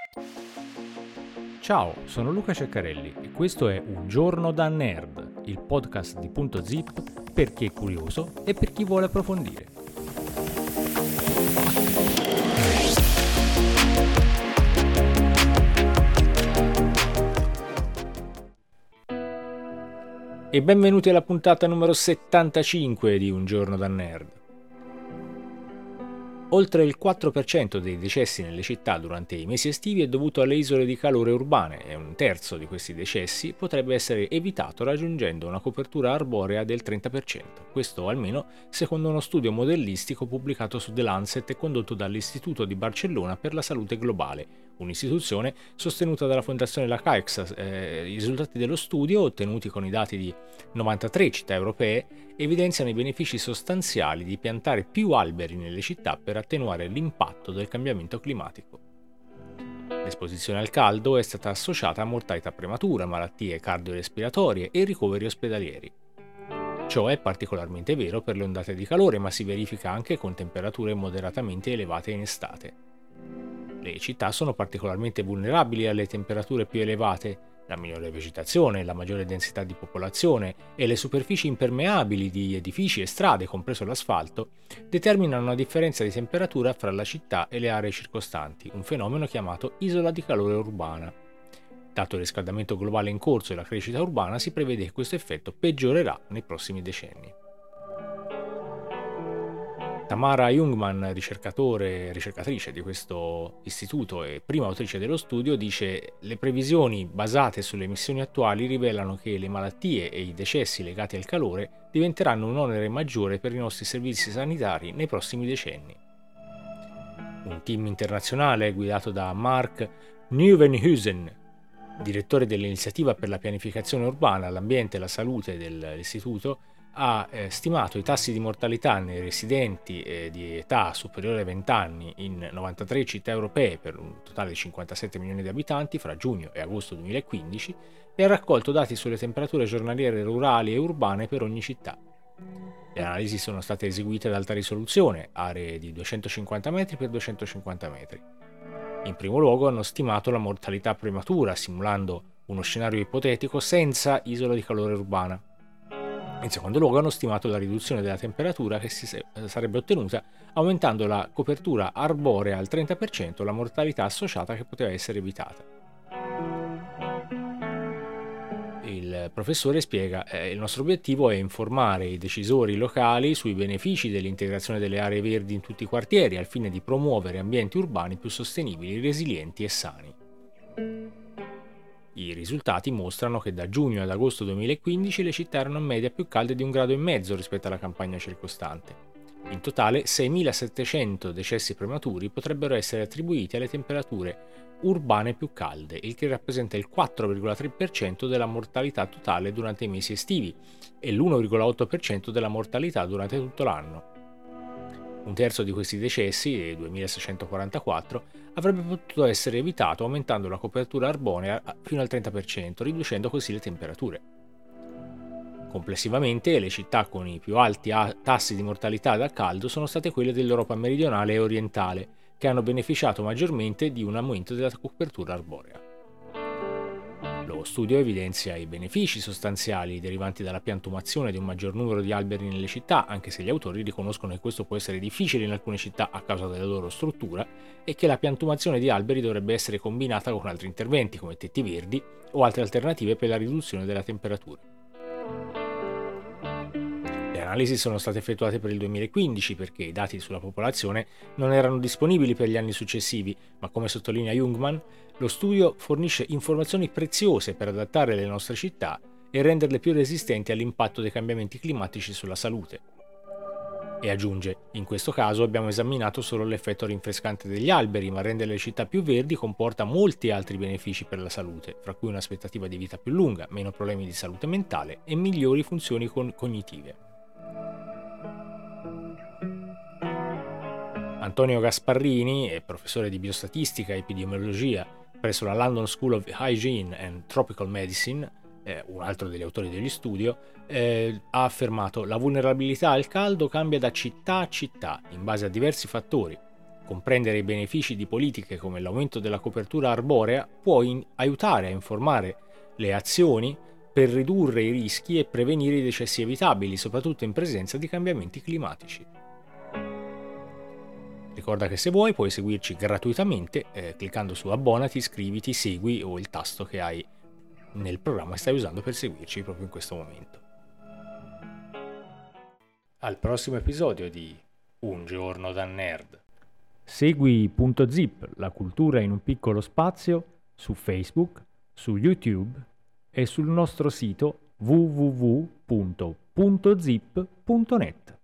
Ciao, sono Luca Ceccarelli e questo è Un giorno da nerd, il podcast di Punto Zip per chi è curioso e per chi vuole approfondire. E benvenuti alla puntata numero 75 di Un giorno da nerd. Oltre il 4% dei decessi nelle città durante i mesi estivi è dovuto alle isole di calore urbane e un terzo di questi decessi potrebbe essere evitato raggiungendo una copertura arborea del 30%. Questo almeno secondo uno studio modellistico pubblicato su The Lancet e condotto dall'Istituto di Barcellona per la Salute Globale, un'istituzione sostenuta dalla Fondazione La Caixa. I risultati dello studio, ottenuti con i dati di 93 città europee, evidenziano i benefici sostanziali di piantare più alberi nelle città per attenuare l'impatto del cambiamento climatico. L'esposizione al caldo è stata associata a mortalità prematura, malattie cardiorespiratorie e ricoveri ospedalieri. Ciò è particolarmente vero per le ondate di calore, ma si verifica anche con temperature moderatamente elevate in estate. Le città sono particolarmente vulnerabili alle temperature più elevate. La minore vegetazione, la maggiore densità di popolazione e le superfici impermeabili di edifici e strade, compreso l'asfalto, determinano una differenza di temperatura fra la città e le aree circostanti, un fenomeno chiamato isola di calore urbana. Dato il riscaldamento globale in corso e la crescita urbana, si prevede che questo effetto peggiorerà nei prossimi decenni. Tamara Jungmann, ricercatrice di questo istituto e prima autrice dello studio, dice: le previsioni basate sulle emissioni attuali rivelano che le malattie e i decessi legati al calore diventeranno un onere maggiore per i nostri servizi sanitari nei prossimi decenni. Un team internazionale guidato da Mark Nieuwenhuizen, direttore dell'iniziativa per la pianificazione urbana, l'ambiente e la salute dell'istituto, ha stimato i tassi di mortalità nei residenti di età superiore ai 20 anni in 93 città europee per un totale di 57 milioni di abitanti fra giugno e agosto 2015 e ha raccolto dati sulle temperature giornaliere rurali e urbane per ogni città. Le analisi sono state eseguite ad alta risoluzione, aree di 250 metri per 250 metri. In primo luogo hanno stimato la mortalità prematura, simulando uno scenario ipotetico senza isola di calore urbana. In secondo luogo hanno stimato la riduzione della temperatura che si sarebbe ottenuta aumentando la copertura arborea al 30%, la mortalità associata che poteva essere evitata. Il professore spiega: il nostro obiettivo è informare i decisori locali sui benefici dell'integrazione delle aree verdi in tutti i quartieri al fine di promuovere ambienti urbani più sostenibili, resilienti e sani. I risultati mostrano che da giugno ad agosto 2015 le città erano in media più calde di 1,5 gradi rispetto alla campagna circostante. In totale 6.700 decessi prematuri potrebbero essere attribuiti alle temperature urbane più calde, il che rappresenta il 4,3% della mortalità totale durante i mesi estivi e l'1,8% della mortalità durante tutto l'anno. Un terzo di questi decessi, 2.644, avrebbe potuto essere evitato aumentando la copertura arborea fino al 30%, riducendo così le temperature. Complessivamente, le città con i più alti tassi di mortalità da caldo sono state quelle dell'Europa meridionale e orientale, che hanno beneficiato maggiormente di un aumento della copertura arborea. Lo studio evidenzia i benefici sostanziali derivanti dalla piantumazione di un maggior numero di alberi nelle città, anche se gli autori riconoscono che questo può essere difficile in alcune città a causa della loro struttura e che la piantumazione di alberi dovrebbe essere combinata con altri interventi come tetti verdi o altre alternative per la riduzione della temperatura. Le analisi sono state effettuate per il 2015 perché i dati sulla popolazione non erano disponibili per gli anni successivi, ma come sottolinea Jungmann, lo studio fornisce informazioni preziose per adattare le nostre città e renderle più resistenti all'impatto dei cambiamenti climatici sulla salute. E aggiunge: in questo caso abbiamo esaminato solo l'effetto rinfrescante degli alberi, ma rendere le città più verdi comporta molti altri benefici per la salute, fra cui un'aspettativa di vita più lunga, meno problemi di salute mentale e migliori funzioni cognitive. Antonio Gasparrini è professore di biostatistica e epidemiologia presso la London School of Hygiene and Tropical Medicine, un altro degli autori degli studi, ha affermato: la vulnerabilità al caldo cambia da città a città in base a diversi fattori, Comprendere i benefici di politiche come l'aumento della copertura arborea può aiutare a informare le azioni per ridurre i rischi e prevenire i decessi evitabili, soprattutto in presenza di cambiamenti climatici. Ricorda che se vuoi puoi seguirci gratuitamente cliccando su abbonati, iscriviti, segui o il tasto che hai nel programma che stai usando per seguirci proprio in questo momento. Al prossimo episodio di Un giorno da nerd. Segui .zip, la cultura in un piccolo spazio, su Facebook, su YouTube e sul nostro sito www.zip.net.